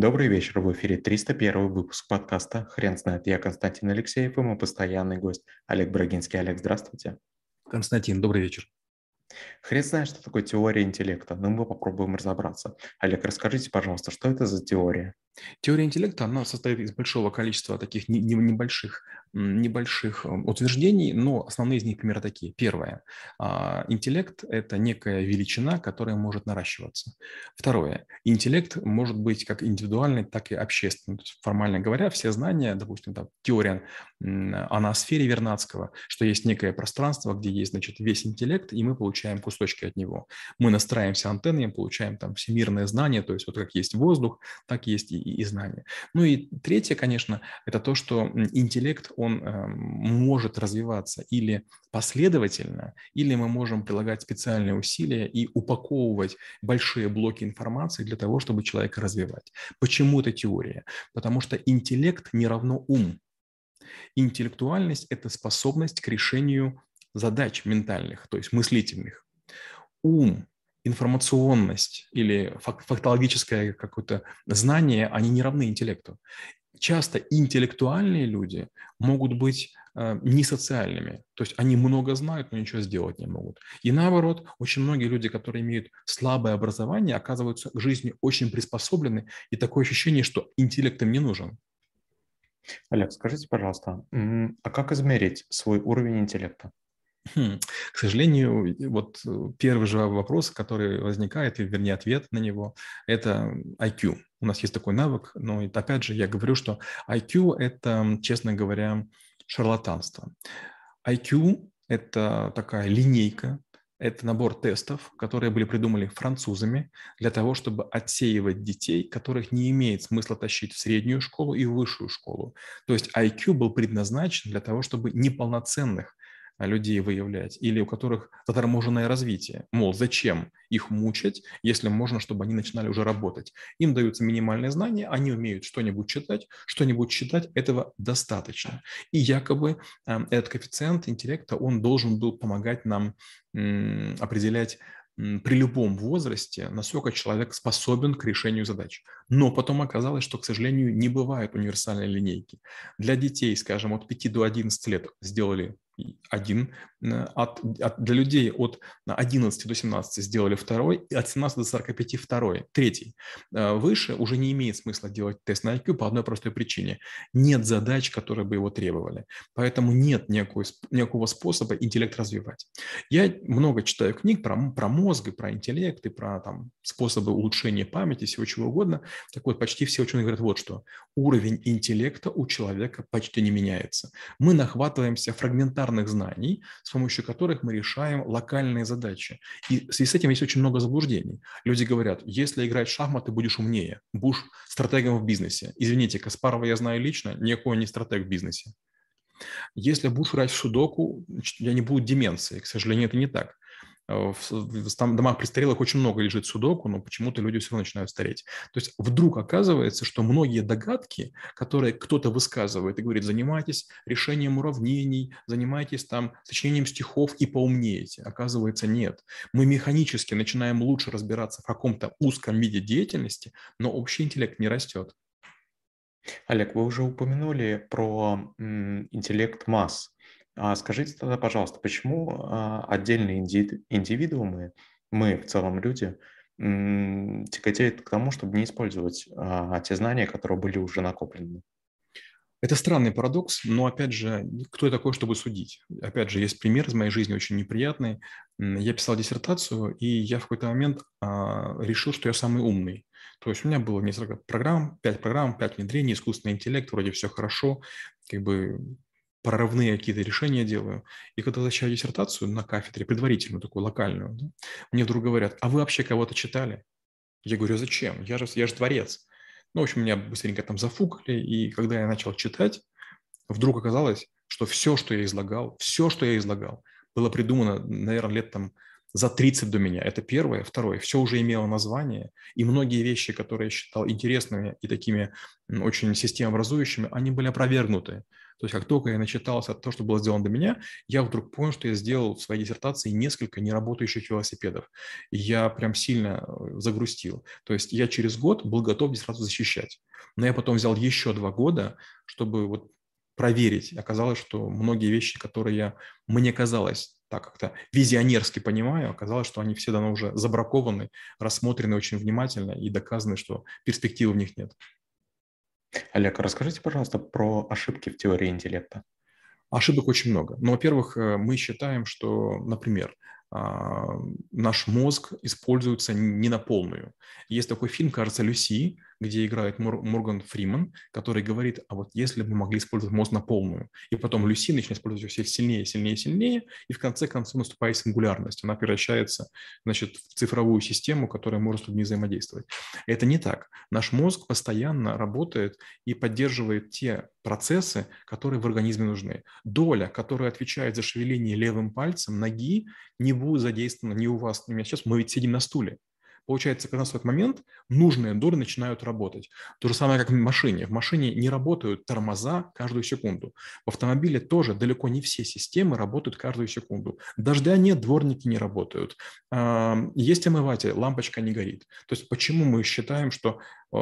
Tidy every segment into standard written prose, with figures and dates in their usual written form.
Добрый вечер, в эфире 301 выпуск подкаста «Хрен знает». Я Константин Алексеев и мой постоянный гость Олег Брагинский. Олег, здравствуйте. Константин, добрый вечер. Хрен знает, что такое теория интеллекта, но мы попробуем разобраться. Олег, расскажите, пожалуйста, что это за теория? Теория интеллекта, она состоит из большого количества таких небольших утверждений, но основные из них примерно такие. Первое. Интеллект – это некая величина, которая может наращиваться. Второе. Интеллект может быть как индивидуальный, так и общественный. То есть, формально говоря, все знания, допустим, там, теория о ноосфере Вернадского, что есть некое пространство, где есть, значит, весь интеллект, и мы получаем кусочки от него. Мы настраиваемся антенной, получаем там всемирное знание, то есть вот как есть воздух, так есть и знания. Ну и третье, конечно, это то, что интеллект, он может развиваться или последовательно, или мы можем прилагать специальные усилия и упаковывать большие блоки информации для того, чтобы человека развивать. Почему это теория? Потому что интеллект не равно ум. Интеллектуальность – это способность к решению задач ментальных, то есть мыслительных. Ум, информационность или фактологическое какое-то знание, они не равны интеллекту. Часто интеллектуальные люди могут быть не социальными, то есть они много знают, но ничего сделать не могут. И наоборот, очень многие люди, которые имеют слабое образование, оказываются к жизни очень приспособлены, и такое ощущение, что интеллект им не нужен. Олег, скажите, пожалуйста, а как измерить свой уровень интеллекта? К сожалению, вот первый же вопрос, который возникает, и вернее ответ на него, это IQ. У нас есть такой навык, но опять же я говорю, что IQ – это, честно говоря, шарлатанство. IQ – это такая линейка, это набор тестов, которые были придуманы французами для того, чтобы отсеивать детей, которых не имеет смысла тащить в среднюю школу и в высшую школу. То есть IQ был предназначен для того, чтобы неполноценных людей выявлять, или у которых заторможенное развитие. Мол, зачем их мучать, если можно, чтобы они начинали уже работать. Им даются минимальные знания, они умеют что-нибудь читать, этого достаточно. И якобы этот коэффициент интеллекта, он должен был помогать нам определять при любом возрасте, насколько человек способен к решению задач. Но потом оказалось, что, к сожалению, не бывает универсальной линейки. Для детей, скажем, от 5 до 11 лет сделали один, для людей от 11 до 17 сделали второй, и от 17 до 45 второй, третий. Выше уже не имеет смысла делать тест на IQ по одной простой причине. Нет задач, которые бы его требовали. Поэтому нет никакого способа интеллект развивать. Я много читаю книг про мозг, и про интеллект, и про там, способы улучшения памяти, всего чего угодно. Так вот, почти все ученые говорят вот что. Уровень интеллекта у человека почти не меняется. Мы нахватываемся фрагментарных знаний, с помощью которых мы решаем локальные задачи. И в связи с этим есть очень много заблуждений. Люди говорят, если играть в шахматы, будешь умнее, будешь стратегом в бизнесе. Извините, Каспарова я знаю лично, никакой не стратег в бизнесе. Если будешь играть в судоку, у тебя не будет деменции. К сожалению, это не так. В домах престарелых очень много лежит судоку, но почему-то люди все равно начинают стареть. То есть вдруг оказывается, что многие догадки, которые кто-то высказывает и говорит, занимайтесь решением уравнений, занимайтесь там сочинением стихов и поумнеете. Оказывается, нет. Мы механически начинаем лучше разбираться в каком-то узком виде деятельности, но общий интеллект не растет. Олег, вы уже упомянули про интеллект масс. Скажите тогда, пожалуйста, почему отдельные индивидуумы, мы в целом люди, тяготеют к тому, чтобы не использовать те знания, которые были уже накоплены? Это странный парадокс, но, опять же, кто я такой, чтобы судить? Опять же, есть пример из моей жизни очень неприятный. Я писал диссертацию, и я в какой-то момент решил, что я самый умный. То есть у меня было несколько программ, 5 внедрений, искусственный интеллект, вроде все хорошо, как бы прорывные какие-то решения делаю. И когда защищаю диссертацию на кафедре, предварительную, такую локальную, да, мне вдруг говорят, а вы вообще кого-то читали? Я говорю, зачем? Я же творец. Ну, в общем, меня быстренько там зафукали, и когда я начал читать, вдруг оказалось, что все, что я излагал, было придумано, наверное, лет там за 30 до меня. Это первое. Второе, все уже имело название, и многие вещи, которые я считал интересными и такими очень системообразующими, они были опровергнуты. То есть как только я начитался то, что было сделано до меня, я вдруг понял, что я сделал в своей диссертации несколько неработающих велосипедов. И я прям сильно загрустил. То есть я через год был готов диссертацию защищать. Но я потом взял еще 2 года, чтобы вот проверить. Оказалось, что многие вещи, которые мне казалось так как-то визионерски понимаю, оказалось, что они все давно уже забракованы, рассмотрены очень внимательно и доказаны, что перспективы в них нет. Олег, расскажите, пожалуйста, про ошибки в теории интеллекта. Ошибок очень много. Но, во-первых, мы считаем, что, например, наш мозг используется не на полную. Есть такой фильм, кажется, «Люси», где играет Морган Фриман, который говорит, а вот если бы мы могли использовать мозг на полную, и потом Люси начинает использовать его все сильнее, сильнее, сильнее, и в конце концов наступает сингулярность. Она превращается, значит, в цифровую систему, которая может тут не взаимодействовать. Это не так. Наш мозг постоянно работает и поддерживает те процессы, которые в организме нужны. Доля, которая отвечает за шевеление левым пальцем ноги, не будет задействована ни у вас, ни у меня сейчас. Мы ведь сидим на стуле. Получается, когда наступает момент, нужные доли начинают работать. То же самое, как в машине. В машине не работают тормоза каждую секунду. В автомобиле тоже далеко не все системы работают каждую секунду. Дождя нет, дворники не работают. Есть омыватель, лампочка не горит. То есть почему мы считаем, что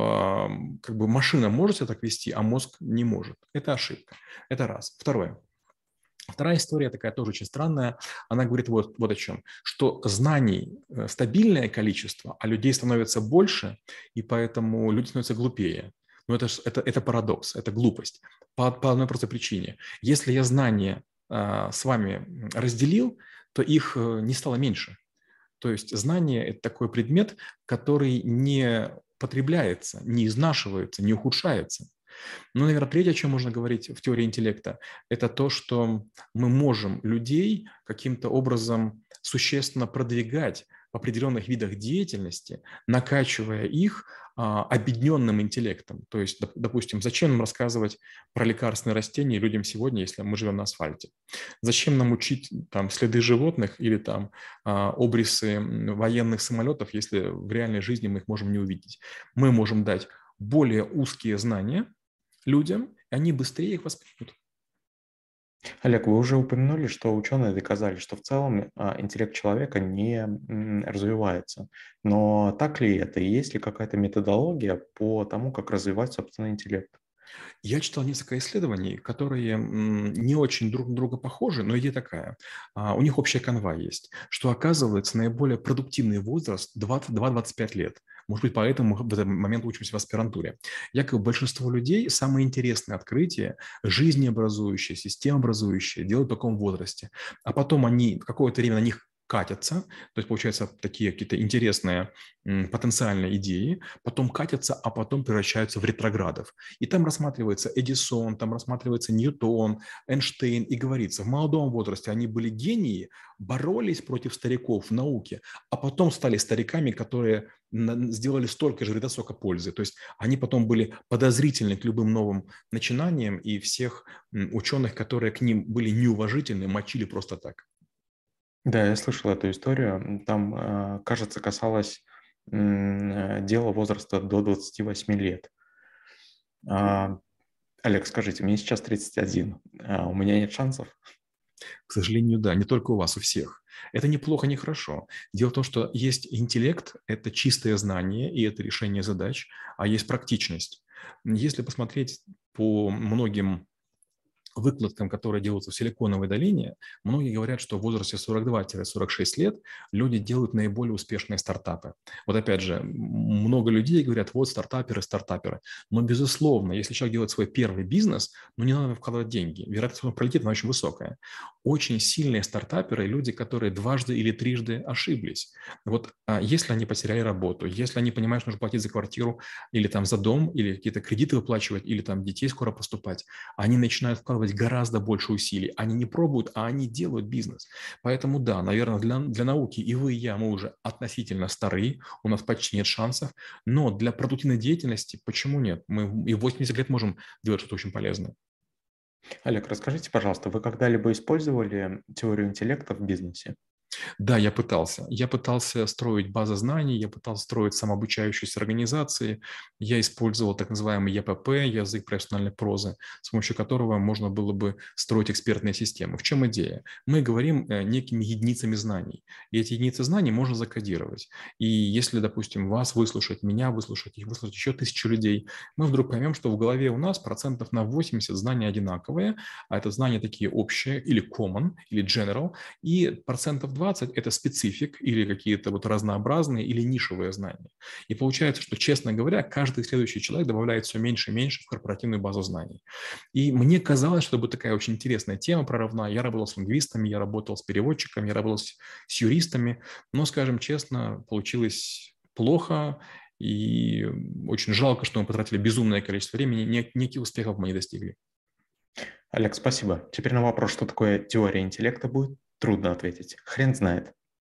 как бы машина может себя так вести, а мозг не может? Это ошибка. Это раз. Второе. Вторая история такая тоже очень странная. Она говорит вот о чем. Что знаний стабильное количество, а людей становится больше, и поэтому люди становятся глупее. Но это парадокс, это глупость. По одной простой причине. Если я знания с вами разделил, то их не стало меньше. То есть знание – это такой предмет, который не потребляется, не изнашивается, не ухудшается. Ну, наверное, третье, о чем можно говорить в теории интеллекта, это то, что мы можем людей каким-то образом существенно продвигать в определенных видах деятельности, накачивая их объединенным интеллектом. То есть, допустим, зачем нам рассказывать про лекарственные растения людям сегодня, если мы живем на асфальте? Зачем нам учить там следы животных или там обрисы военных самолетов, если в реальной жизни мы их можем не увидеть? Мы можем дать более узкие знания людям, и они быстрее их воспримут. Олег, вы уже упомянули, что ученые доказали, что в целом интеллект человека не развивается. Но так ли это? И есть ли какая-то методология по тому, как развивать собственный интеллект? Я читал несколько исследований, которые не очень друг на друга похожи, но идея такая. У них общая канва есть, что оказывается наиболее продуктивный возраст 22-25 лет. Может быть, поэтому мы в этот момент учимся в аспирантуре. Якобы большинство людей самые интересные открытия, жизнеобразующие, системообразующие делают в таком возрасте. А потом они какое-то время на них катятся, то есть получаются такие какие-то интересные потенциальные идеи, потом катятся, а потом превращаются в ретроградов. И там рассматривается Эдисон, там рассматривается Ньютон, Эйнштейн, и говорится, в молодом возрасте они были гении, боролись против стариков в науке, а потом стали стариками, которые сделали столько же вреда, сколько пользы. То есть они потом были подозрительны к любым новым начинаниям, и всех ученых, которые к ним были неуважительны, мочили просто так. Да, я слышал эту историю. Там, кажется, касалось дела возраста до 28 лет. А, Олег, скажите, мне сейчас 31, у меня нет шансов? К сожалению, да, не только у вас, у всех. Это не плохо, не хорошо. Дело в том, что есть интеллект, это чистое знание и это решение задач, а есть практичность. Если посмотреть по многим выкладкам, которые делаются в Силиконовой долине, многие говорят, что в возрасте 42-46 лет люди делают наиболее успешные стартапы. Вот опять же, много людей говорят, вот стартаперы, стартаперы. Но, безусловно, если человек делает свой первый бизнес, ну не надо вкладывать деньги. Вероятность, что он пролетит, она очень высокая. Очень сильные стартаперы – люди, которые дважды или трижды ошиблись. Вот если они потеряли работу, если они понимают, что нужно платить за квартиру или там за дом, или какие-то кредиты выплачивать, или там детей скоро поступать, они начинают вкладывать гораздо больше усилий. Они не пробуют, а они делают бизнес. Поэтому да, наверное, для науки и вы, и я, мы уже относительно стары, у нас почти нет шансов, но для продуктивной деятельности почему нет? Мы и в 80 лет можем делать что-то очень полезное. Олег, расскажите, пожалуйста, вы когда-либо использовали теорию интеллекта в бизнесе? Да, я пытался. Я пытался строить базы знаний, я пытался строить самообучающиеся организации. Я использовал так называемый ЕПП, язык профессиональной прозы, с помощью которого можно было бы строить экспертные системы. В чем идея? Мы говорим некими единицами знаний. И эти единицы знаний можно закодировать. И если, допустим, вас выслушать, меня выслушать, их выслушать еще 1000 людей, мы вдруг поймем, что в голове у нас процентов на 80 знания одинаковые, а это знания такие общие, или common, или general, и процентов 20 – это специфик или какие-то вот разнообразные или нишевые знания. И получается, что, честно говоря, каждый следующий человек добавляет все меньше и меньше в корпоративную базу знаний. И мне казалось, что это будет такая очень интересная тема прорывная. Я работал с лингвистами, я работал с переводчиками, я работал с юристами, но, скажем честно, получилось плохо, и очень жалко, что мы потратили безумное количество времени, неких успехов мы не достигли. Олег, спасибо. Теперь на вопрос, что такое теория интеллекта, будет трудно ответить. Хрен знает.